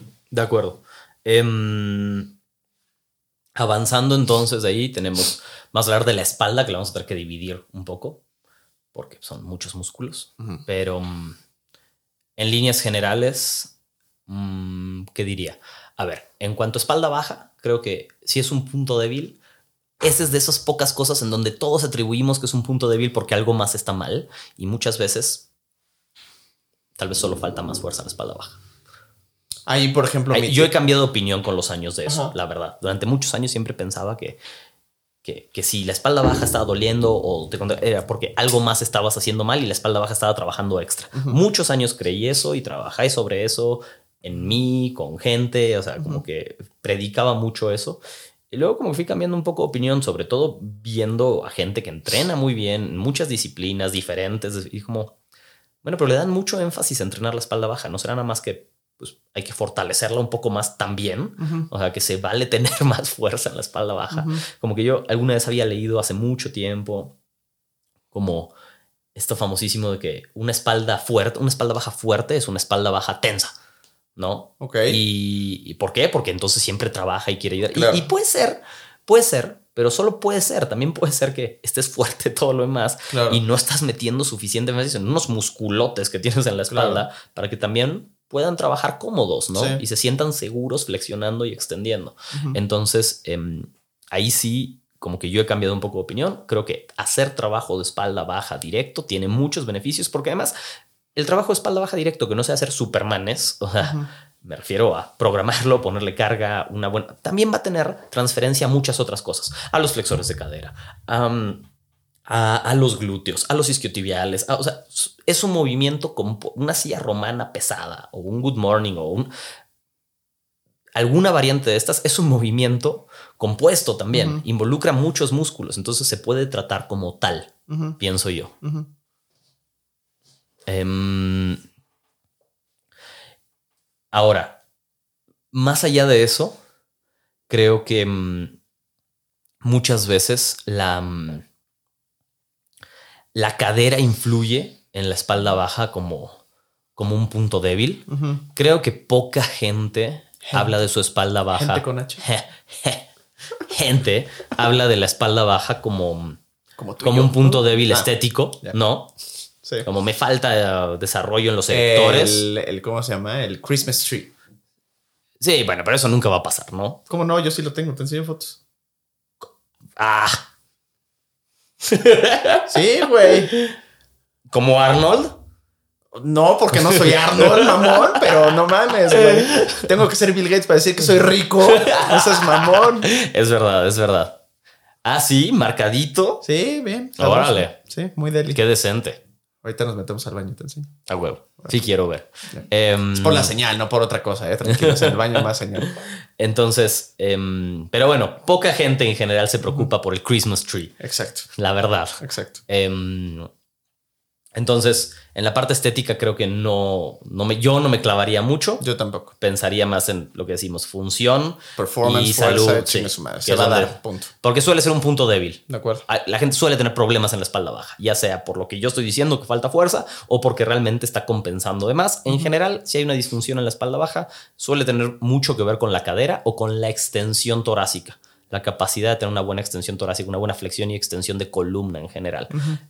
Avanzando entonces de ahí, vamos a hablar de la espalda, que la vamos a tener que dividir un poco, porque son muchos músculos. Pero en líneas generales, ¿qué diría? A ver, en cuanto a espalda baja, creo que si es un punto débil, ese es de esas pocas cosas en donde todos atribuimos que es un punto débil porque algo más está mal, y muchas veces tal vez solo falta más fuerza a la espalda baja. Ahí, por ejemplo... Yo he cambiado de opinión con los años de eso, la verdad. Durante muchos años siempre pensaba que si la espalda baja estaba doliendo era porque algo más estabas haciendo mal y la espalda baja estaba trabajando extra. Muchos años creí eso y trabajé sobre eso en mí, con gente, o sea, como que predicaba mucho eso. Y luego como que fui cambiando un poco de opinión, sobre todo viendo a gente que entrena muy bien en muchas disciplinas diferentes y como, bueno, pero le dan mucho énfasis a entrenar la espalda baja. No será nada más que pues hay que fortalecerla un poco más también. O sea, que se vale tener más fuerza en la espalda baja. Como que yo alguna vez había leído hace mucho tiempo como esto famosísimo de que una espalda baja fuerte es una espalda baja tensa, ¿no? Ok. ¿Y por qué? Porque entonces siempre trabaja y quiere ayudar. Claro. Y puede ser, pero solo puede ser. También puede ser que estés fuerte todo lo demás y no estás metiendo suficiente énfasis en unos musculotes que tienes en la espalda para que también puedan trabajar cómodos, ¿no? Y se sientan seguros flexionando y extendiendo. Entonces, ahí sí, como que yo he cambiado un poco de opinión. Creo que hacer trabajo de espalda baja directo tiene muchos beneficios, porque además el trabajo de espalda baja directo, que no sea hacer supermanes, o sea, me refiero a programarlo, ponerle carga, también va a tener transferencia a muchas otras cosas, a los flexores de cadera, a los glúteos, a los isquiotibiales. O sea, es un movimiento como una silla romana pesada o un good morning o alguna variante de estas. Es un movimiento compuesto también. Involucra muchos músculos. Entonces se puede tratar como tal, pienso yo. Ahora, más allá de eso, creo que muchas veces la cadera influye en la espalda baja como un punto débil. Creo que poca gente habla de su espalda baja. Gente con H. Gente habla de la espalda baja como un punto débil estético, ¿no? Sí. Como me falta desarrollo en los sectores. ¿Cómo se llama? El Christmas tree. Sí, bueno, pero eso nunca va a pasar, ¿no? ¿Cómo no? Yo sí lo tengo, te enseño fotos. Sí, güey. ¿Como Arnold? No, porque no soy Arnold, mamón, pero no mames, güey. Tengo que ser Bill Gates para decir que soy rico. No seas mamón. Es verdad, es verdad. Ah, sí, marcadito. Sí, bien. Órale. Sí, muy deli. Qué decente. Ahorita nos metemos al baño, entonces. A huevo. Sí quiero ver. Es por la señal, no por otra cosa, tranquilo. En el baño más señal. Entonces, pero bueno, poca gente en general se preocupa por el Christmas tree. Exacto. La verdad. Exacto. Entonces, en la parte estética creo que yo no me clavaría mucho. Yo tampoco. Pensaría más en lo que decimos, función, performance y salud. Sí, que va a dar, punto. Porque suele ser un punto débil. De acuerdo. La gente suele tener problemas en la espalda baja, ya sea por lo que yo estoy diciendo que falta fuerza o porque realmente está compensando de más. En general, si hay una disfunción en la espalda baja, suele tener mucho que ver con la cadera o con la extensión torácica. La capacidad de tener una buena extensión torácica, una buena flexión y extensión de columna en general.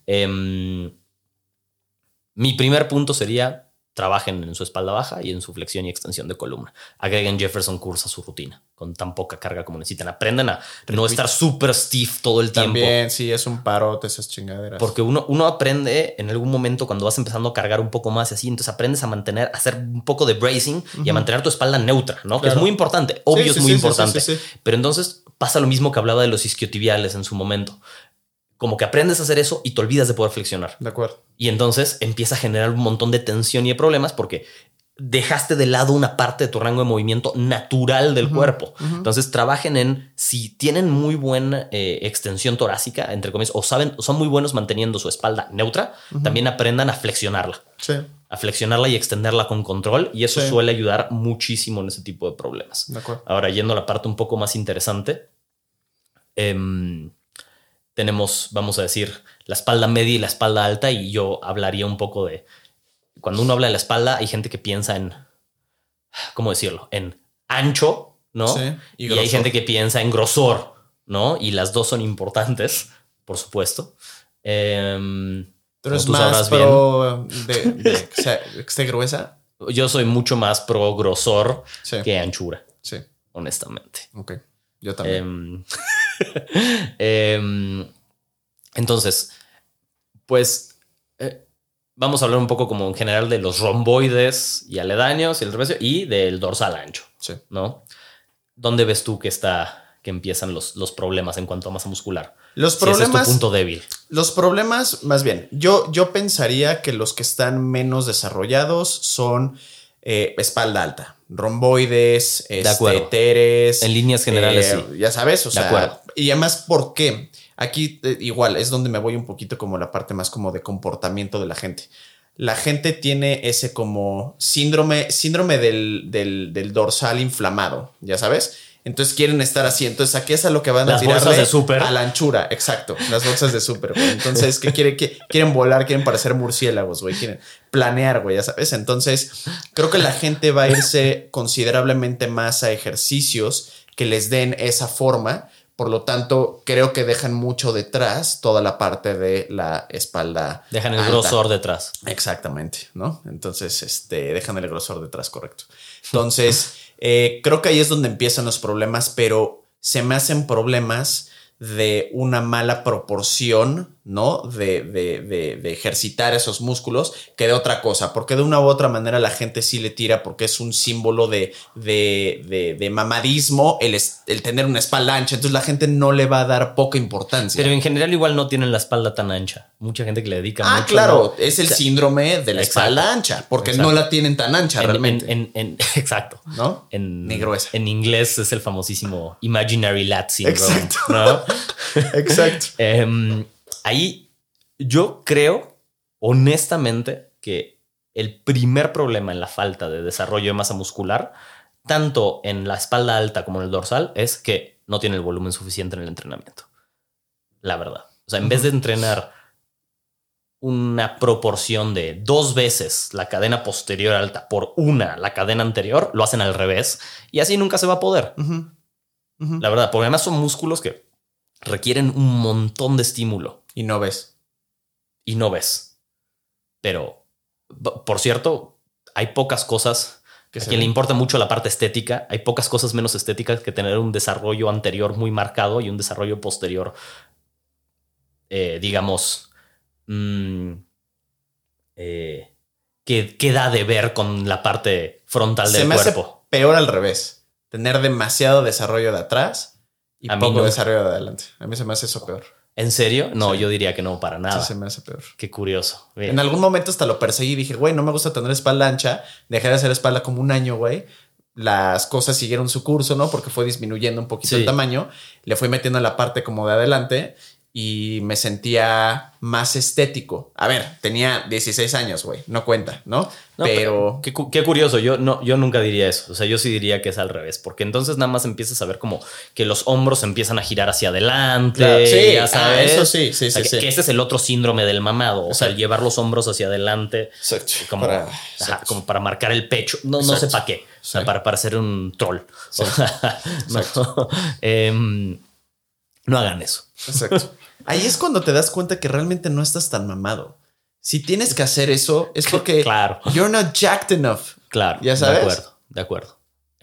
Mi primer punto sería: trabajen en su espalda baja y en su flexión y extensión de columna. Agreguen Jefferson Curls a su rutina con tan poca carga como necesitan. Aprendan a no estar súper stiff todo el tiempo. También, sí, es un parote esas chingaderas. Porque uno aprende en algún momento cuando vas empezando a cargar un poco más y así, entonces aprendes a hacer un poco de bracing y a mantener tu espalda neutra, ¿no? Claro. Que es muy importante, obvio, es muy importante. Sí. Pero entonces pasa lo mismo que hablaba de los isquiotibiales en su momento. Como que aprendes a hacer eso y te olvidas de poder flexionar. De acuerdo. Y entonces empieza a generar un montón de tensión y de problemas porque dejaste de lado una parte de tu rango de movimiento natural del cuerpo. Entonces trabajen en, si tienen muy buena extensión torácica, entre comillas, o son muy buenos manteniendo su espalda neutra, también aprendan a flexionarla. Sí. A flexionarla y extenderla con control. Y eso suele ayudar muchísimo en ese tipo de problemas. De acuerdo. Ahora, yendo a la parte un poco más interesante, tenemos, vamos a decir, la espalda media y la espalda alta, y yo hablaría un poco de... Cuando uno habla de la espalda, hay gente que piensa en... ¿Cómo decirlo? En ancho, ¿no? Sí, y hay gente que piensa en grosor, ¿no? Y las dos son importantes, por supuesto. Pero es más pro de que esté gruesa. Yo soy mucho más pro grosor que anchura. Sí. Honestamente. Ok. Yo también. Entonces, pues vamos a hablar un poco como en general de los romboides y aledaños y el trapecio y del dorsal ancho. Sí. ¿No? ¿Dónde ves tú que empiezan los problemas en cuanto a masa muscular? Los problemas, ese es tu punto débil. Los problemas, más bien, yo pensaría que los que están menos desarrollados son espalda alta, romboides, teres. En líneas generales, sí. Ya sabes, o sea, y además, ¿por qué? Aquí igual es donde me voy un poquito como la parte más como de comportamiento de la gente. La gente tiene ese como síndrome del dorsal inflamado, ya sabes. Entonces quieren estar así. Entonces aquí es a lo que van a tirarle a la anchura. Exacto. Las bolsas de súper, güey. Entonces que quieren volar, quieren parecer murciélagos, güey. Quieren planear, güey, ya sabes. Entonces creo que la gente va a irse considerablemente más a ejercicios que les den esa forma. Por lo tanto, creo que dejan mucho detrás toda la parte de la espalda. Dejan el grosor detrás. Exactamente, ¿no? Entonces, dejan el grosor detrás, correcto. Entonces, creo que ahí es donde empiezan los problemas, pero se me hacen problemas de una mala proporción, ¿no? De ejercitar esos músculos que de otra cosa, porque de una u otra manera la gente sí le tira porque es un símbolo de mamadismo el tener una espalda ancha, entonces la gente no le va a dar poca importancia. Pero en general igual no tienen la espalda tan ancha. Mucha gente que le dedica mucho. Claro, ¿no? Es el síndrome de la espalda ancha, porque no la tienen tan ancha realmente. Exacto. ¿No? Ni gruesa. En inglés es el famosísimo Imaginary Lat Syndrome. Exacto. ¿No? Exacto. Ahí yo creo, honestamente, que el primer problema en la falta de desarrollo de masa muscular, tanto en la espalda alta como en el dorsal, es que no tiene el volumen suficiente en el entrenamiento. La verdad. O sea, en vez de entrenar una proporción de 2 veces la cadena posterior alta por la cadena anterior, lo hacen al revés y así nunca se va a poder. La verdad, porque además son músculos que requieren un montón de estímulo. Y no ves. Pero, por cierto, hay pocas cosas a quien le importa mucho la parte estética. Hay pocas cosas menos estéticas que tener un desarrollo anterior muy marcado y un desarrollo posterior digamos, que queda de ver con la parte frontal del cuerpo. Se me hace peor al revés. Tener demasiado desarrollo de atrás y poco desarrollo de adelante. A mí se me hace eso peor. ¿En serio? No, yo diría que no, para nada. Sí, se me hace peor. Qué curioso. Bien. En algún momento hasta lo perseguí y dije, güey, no me gusta tener espalda ancha. Dejé de hacer espalda como un año, güey. Las cosas siguieron su curso, ¿no? Porque fue disminuyendo un poquito el tamaño. Le fui metiendo en la parte como de adelante y me sentía más estético. A ver, tenía 16 años, güey. No cuenta, ¿no? Pero... Qué curioso. Yo nunca diría eso. O sea, yo sí diría que es al revés. Porque entonces nada más empiezas a ver como que los hombros empiezan a girar hacia adelante. Claro. Sí, ya sabes. Eso sí, o sea, que ese es el otro síndrome del mamado. O sea, el llevar los hombros hacia adelante. Exacto. Como para marcar el pecho. No sé para qué. O sea, para parecer un troll. O sea, no hagan eso. Exacto. Ahí es cuando te das cuenta que realmente no estás tan mamado. Si tienes que hacer eso, es porque claro. You're not jacked enough. Claro. ¿Ya sabes? De acuerdo.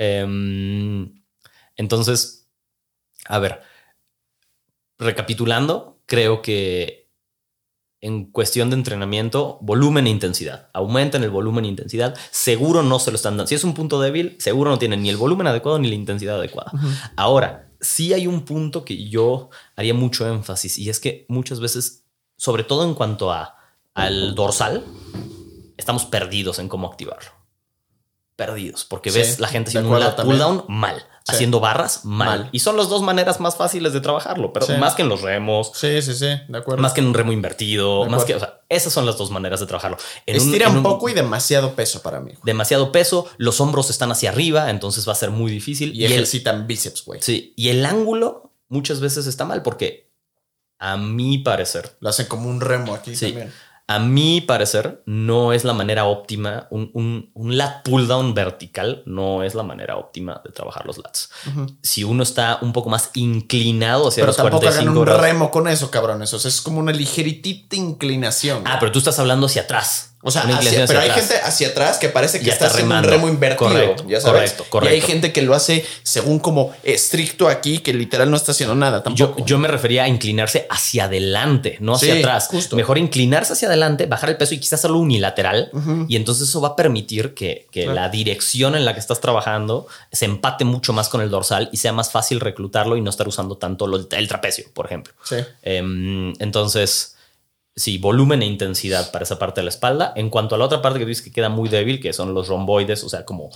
Entonces, a ver, recapitulando, creo que en cuestión de entrenamiento, volumen e intensidad. Aumenten el volumen e intensidad. Seguro no se lo están dando. Si es un punto débil, seguro no tienen ni el volumen adecuado ni la intensidad adecuada. Uh-huh. Ahora, sí hay un punto que yo haría mucho énfasis y es que muchas veces, sobre todo en cuanto al dorsal, estamos perdidos en cómo activarlo. Perdidos, porque ves la gente haciendo un lat pull down mal, haciendo barras mal. Y son las dos maneras más fáciles de trabajarlo, pero más que en los remos. Sí, de acuerdo. Más que en un remo invertido, más que, o sea, esas son las dos maneras de trabajarlo. Estira un poco y demasiado peso para mí. Demasiado peso, los hombros están hacia arriba, entonces va a ser muy difícil. Y ejercitan bíceps, güey. Sí, y el ángulo muchas veces está mal porque, a mi parecer, lo hacen como un remo aquí también. A mi parecer, no es la manera óptima. Un lat pull down vertical no es la manera óptima de trabajar los lats. Uh-huh. Si uno está un poco más inclinado hacia los 45 grados. Pero tampoco hagan un remo con eso, cabrones. O sea, es como una ligeritita inclinación. Ah, pero tú estás hablando hacia atrás. O sea, pero hay gente hacia atrás que parece que está haciendo un remo invertido. Correcto, ya sabes. Correcto. Y hay gente que lo hace según como estricto aquí, que literal no está haciendo nada tampoco. Yo me refería a inclinarse hacia adelante, no hacia atrás. Justo. Mejor inclinarse hacia adelante, bajar el peso y quizás hacerlo unilateral. Uh-huh. Y entonces eso va a permitir que la dirección en la que estás trabajando se empate mucho más con el dorsal y sea más fácil reclutarlo y no estar usando tanto el trapecio, por ejemplo. Sí. Entonces... Sí, volumen e intensidad para esa parte de la espalda. En cuanto a la otra parte que tú dices que queda muy débil, que son los romboides, o sea, como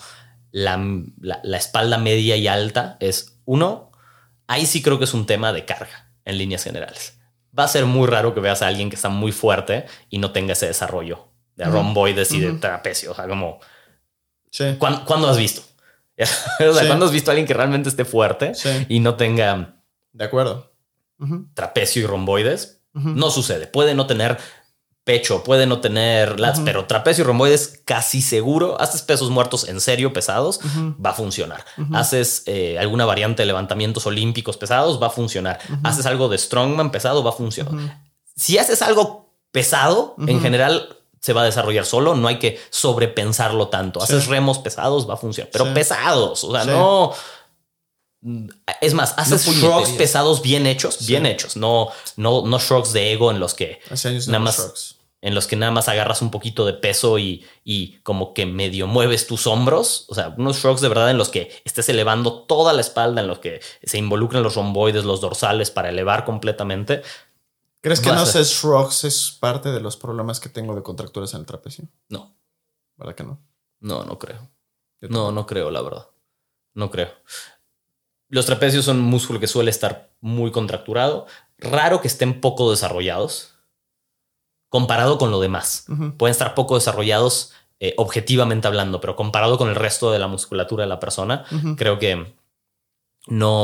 la espalda media y alta, es uno, ahí sí creo que es un tema de carga en líneas generales. Va a ser muy raro que veas a alguien que está muy fuerte y no tenga ese desarrollo de romboides y de trapecio. O sea, como... Sí. ¿Cuándo has visto? O sea, ¿cuándo has visto a alguien que realmente esté fuerte y no tenga... De acuerdo. Trapecio y romboides? No sucede. Puede no tener pecho, puede no tener lats, pero trapecio y romboides casi seguro. Haces pesos muertos en serio pesados, va a funcionar. Haces alguna variante de levantamientos olímpicos pesados, va a funcionar. Haces algo de strongman pesado, va a funcionar. Si haces algo pesado, en general se va a desarrollar solo. No hay que sobrepensarlo tanto. Haces remos pesados, va a funcionar, pero pesados. O sea, no... Es más, haces shrugs pesados bien hechos, no shrugs de ego en los que nada más agarras un poquito de peso y como que medio mueves tus hombros. O sea, unos shrugs de verdad en los que estés elevando toda la espalda, en los que se involucran los romboides, los dorsales para elevar completamente. ¿Crees que no hacer shrugs es parte de los problemas que tengo de contracturas en el trapecio? No. ¿Verdad que no? No creo. No creo, la verdad. No creo. Los trapecios son un músculo que suele estar muy contracturado. Raro que estén poco desarrollados comparado con lo demás. Pueden estar poco desarrollados objetivamente hablando, pero comparado con el resto de la musculatura de la persona, creo que no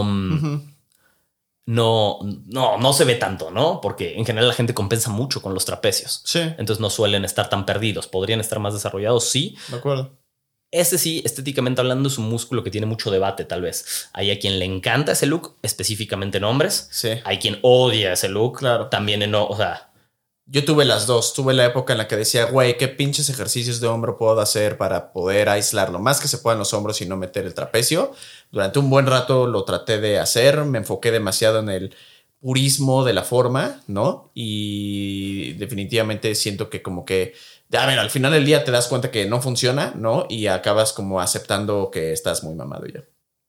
se ve tanto, ¿no? Porque en general la gente compensa mucho con los trapecios. Sí. Entonces no suelen estar tan perdidos. ¿Podrían estar más desarrollados? Sí. De acuerdo. Ese sí, estéticamente hablando, es un músculo que tiene mucho debate, tal vez. Hay a quien le encanta ese look, específicamente en hombres. Sí. Hay quien odia ese look. Claro. También o sea... Yo tuve las dos. Tuve la época en la que decía, güey, ¿qué pinches ejercicios de hombro puedo hacer para poder aislar lo más que se puedan los hombros y no meter el trapecio? Durante un buen rato lo traté de hacer. Me enfoqué demasiado en el purismo de la forma, ¿no? Y definitivamente siento que como que, a ver, al final del día te das cuenta que no funciona, ¿no? Y acabas como aceptando que estás muy mamado ya.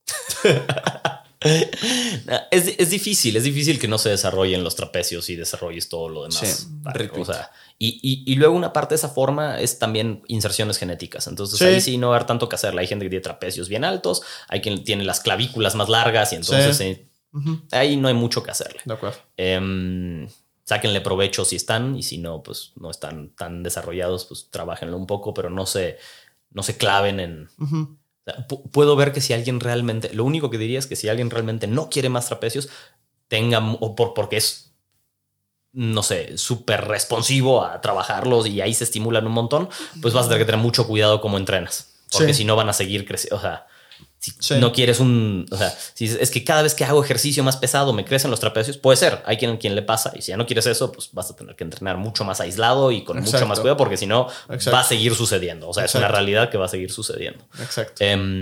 Es difícil que no se desarrollen los trapecios y desarrolles todo lo demás. Sí, o sea, y luego una parte de esa forma es también inserciones genéticas. Entonces ahí sí no va a haber tanto que hacerle. Hay gente que tiene trapecios bien altos, hay quien tiene las clavículas más largas y entonces ahí no hay mucho que hacerle. De acuerdo. Sáquenle provecho si están y si no, pues no están tan desarrollados, pues trabájenlo un poco, pero no se claven en... Puedo ver que si alguien realmente, lo único que diría es que si alguien realmente no quiere más trapecios, porque es, no sé, súper responsivo a trabajarlos y ahí se estimulan un montón, pues vas a tener que tener mucho cuidado cómo entrenas, porque si no van a seguir creciendo. O sea, si no quieres o sea, si es que cada vez que hago ejercicio más pesado me crecen los trapecios, puede ser, hay quien le pasa, y si ya no quieres eso, pues vas a tener que entrenar mucho más aislado y con mucho más cuidado, porque si no va a seguir sucediendo. O sea, es una realidad que va a seguir sucediendo. Exacto.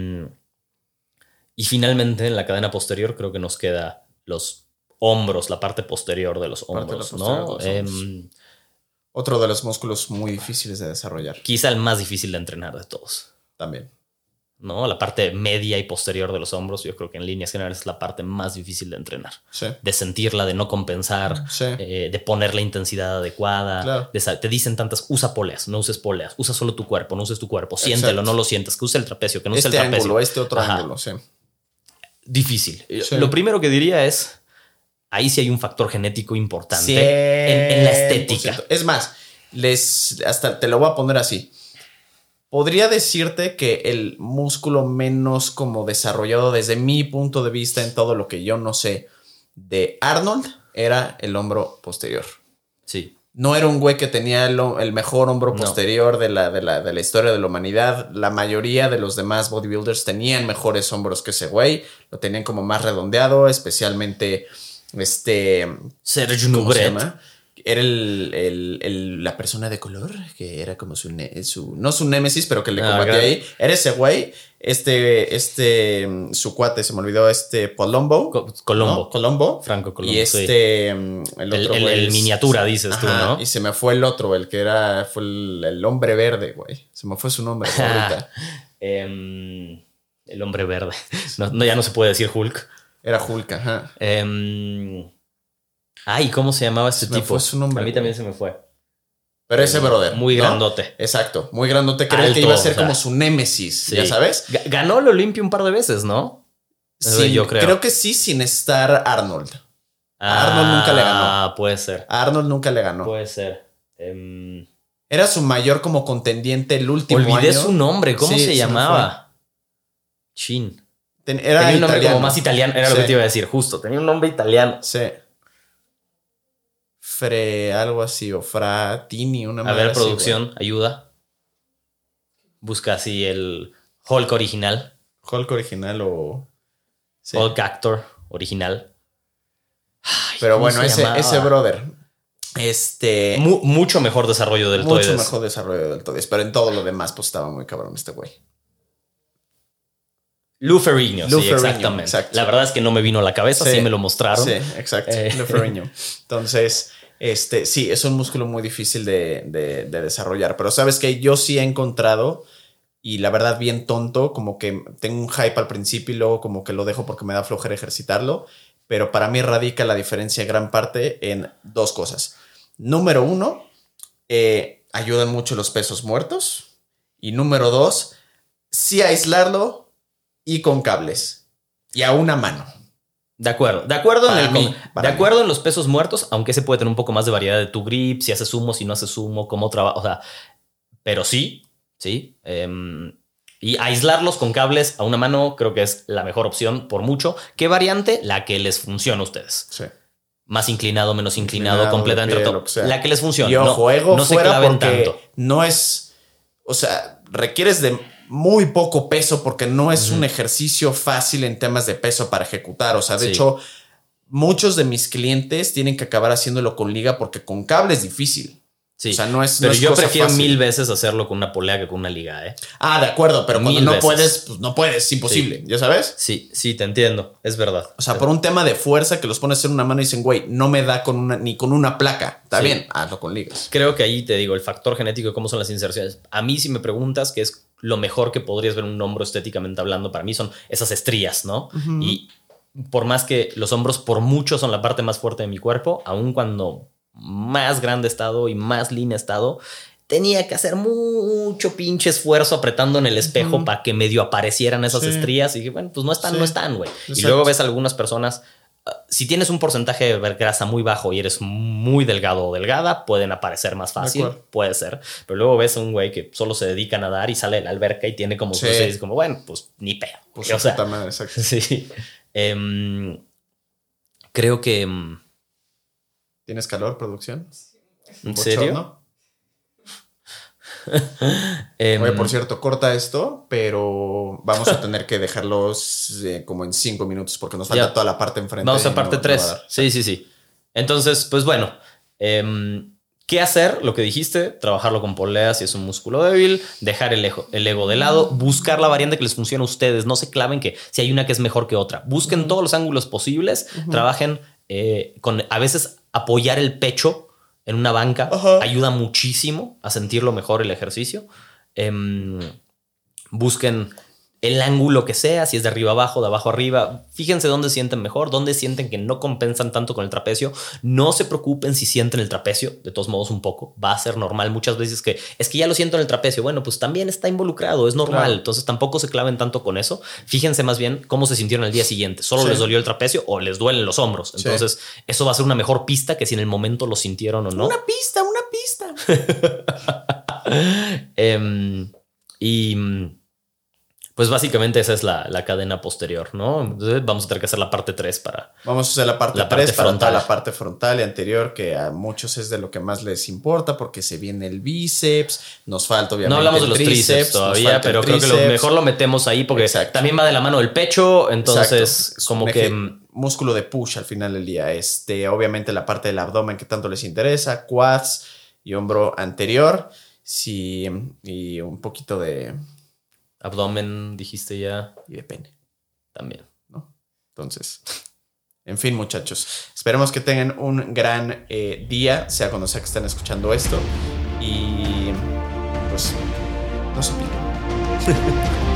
Y finalmente en la cadena posterior creo que nos queda los hombros, la parte posterior de los hombros, ¿no? Otro de los músculos muy difíciles de desarrollar. Quizá el más difícil de entrenar de todos. También. ¿No? La parte media y posterior de los hombros, yo creo que en líneas generales es la parte más difícil de entrenar. Sí. De sentirla, de no compensar, de poner la intensidad adecuada. Claro. Te dicen tantas, usa poleas, no uses poleas, usa solo tu cuerpo, no uses tu cuerpo, siéntelo, no lo sientas, que use el trapecio, que no use el trapecio. Ángulo, otro ángulo, sí. Difícil. Sí. Lo primero que diría es, ahí sí hay un factor genético importante en la estética. Es más, hasta te lo voy a poner así. Podría decirte que el músculo menos como desarrollado desde mi punto de vista en todo lo que yo no sé de Arnold era el hombro posterior. Sí. No era un güey que tenía el mejor hombro posterior de la historia de la humanidad. La mayoría de los demás bodybuilders tenían mejores hombros que ese güey. Lo tenían como más redondeado, especialmente Serge Nubret. Era la persona de color que era como no su némesis, pero que le combatía ahí. Era ese güey. Su cuate, se me olvidó, Colombo. Colombo. Franco Colombo. Y el otro el miniatura, dices tú, ¿no? Y se me fue el otro, el que fue el hombre verde, güey. Se me fue su nombre ahorita. El hombre verde. Ya no se puede decir Hulk. Era Hulk, ajá. Ay, ¿cómo se llamaba este tipo? Fue su nombre. A mí también se me fue. Pero ese brother. Muy grandote. Exacto, muy grandote. Creo que iba a ser como su némesis, sí. ¿Ya sabes? Ganó el Olimpia un par de veces, ¿no? Sí, yo creo que sí, sin estar Arnold. Arnold nunca le ganó. Puede ser. Arnold nunca le ganó. Puede ser. Era su mayor como contendiente el último año. Olvidé su nombre. ¿Cómo se llamaba? Chin. Tenía un nombre como más italiano. Era lo que te iba a decir, justo. Tenía un nombre italiano. Sí. Algo así, o Fratini, una madre. A ver, producción, así, ayuda. Busca así el Hulk original. Hulk original o... Sí. Hulk actor original. Ay, pero bueno, ese brother... mucho mejor desarrollo del deltoides. Mucho mejor desarrollo del deltoides. Pero en todo lo demás, pues estaba muy cabrón este güey. Lou Ferrigno, sí, exactamente. Exacto. La verdad es que no me vino a la cabeza, sí me lo mostraron. Sí, exacto. Lou Ferrigno. Entonces... sí, es un músculo muy difícil de desarrollar, pero sabes que yo sí he encontrado, y la verdad bien tonto, como que tengo un hype al principio y luego como que lo dejo porque me da flojera ejercitarlo, pero para mí radica la diferencia en gran parte en dos cosas. Número uno, ayudan mucho los pesos muertos, y número dos, sí aislarlo y con cables y a una mano. De acuerdo en los pesos muertos, aunque se puede tener un poco más de variedad de tu grip, si haces sumo, si no haces sumo, cómo trabaja, o sea, pero sí. Y aislarlos con cables a una mano creo que es la mejor opción por mucho. ¿Qué variante? La que les funciona a ustedes. Sí. Más inclinado, menos inclinado, completamente todo. La que les funciona. Yo juego no fuera se claven porque tanto. No es, o sea, requieres de muy poco peso porque no es un ejercicio fácil en temas de peso para ejecutar. O sea, de hecho, muchos de mis clientes tienen que acabar haciéndolo con liga porque con cable es difícil. Sí, o sea, no es. Pero no es yo cosa prefiero fácil. 1000 veces hacerlo con una polea que con una liga, ¿eh? Ah, de acuerdo, pero cuando 1000 no veces. puedes, pues no puedes, es imposible, ¿ya sabes? Sí, te entiendo, es verdad. O sea, por un tema de fuerza que los pones en una mano y dicen, güey, no me da ni con una placa. Está bien, hazlo con ligas. Creo que ahí te digo, el factor genético de cómo son las inserciones. A mí, si me preguntas, qué es lo mejor que podrías ver en un hombro estéticamente hablando, para mí son esas estrías, ¿no? Uh-huh. Y por más que los hombros por mucho son la parte más fuerte de mi cuerpo, aun cuando más grande he estado y más lean he estado, tenía que hacer mucho pinche esfuerzo apretando en el espejo para que medio aparecieran esas estrías. Y dije, bueno, pues no están, güey. Y luego ves a algunas personas, si tienes un porcentaje de grasa muy bajo y eres muy delgado o delgada, pueden aparecer más fácil, puede ser. Pero luego ves a un güey que solo se dedica a nadar y sale de la alberca y tiene como... Sí. Pues, como, bueno, pues ni pedo. Pues o sea, madre, exacto. Sí. Creo que... ¿Tienes calor, producción? ¿En serio? Oye, por cierto, corta esto, pero vamos a tener que dejarlos como en 5 minutos porque nos falta toda la parte enfrente. Vamos a parte 3. Sí. Entonces, pues bueno, ¿qué hacer? Lo que dijiste, trabajarlo con poleas si es un músculo débil, dejar el ego de lado, buscar la variante que les funcione a ustedes. No se claven que si hay una que es mejor que otra. Busquen todos los ángulos posibles, trabajen con a veces apoyar el pecho en una banca ayuda muchísimo a sentirlo mejor el ejercicio. Busquen el ángulo que sea, si es de arriba abajo, de abajo arriba. Fíjense dónde sienten mejor, dónde sienten que no compensan tanto con el trapecio. No se preocupen si sienten el trapecio, de todos modos un poco. Va a ser normal muchas veces que es que ya lo siento en el trapecio. Bueno, pues también está involucrado, es normal. Claro. Entonces tampoco se claven tanto con eso. Fíjense más bien cómo se sintieron el día siguiente. ¿Solo les dolió el trapecio o les duelen los hombros? Entonces eso va a ser una mejor pista que si en el momento lo sintieron o no. Una pista. Pues básicamente esa es la cadena posterior, ¿no? Entonces vamos a tener que hacer la parte 3 para... Vamos a hacer la parte 3 para toda la parte frontal y anterior, que a muchos es de lo que más les importa porque se viene el bíceps, nos falta obviamente no hablamos de los tríceps todavía, pero creo que mejor lo metemos ahí porque también va de la mano del pecho, entonces como que... músculo de push al final del día. Obviamente la parte del abdomen que tanto les interesa, quads y hombro anterior, sí, y un poquito de... abdomen, dijiste ya. Y de pene. También. ¿No? Entonces, en fin, muchachos. Esperemos que tengan un gran día, sea cuando sea que estén escuchando esto. Y pues, no se piquen.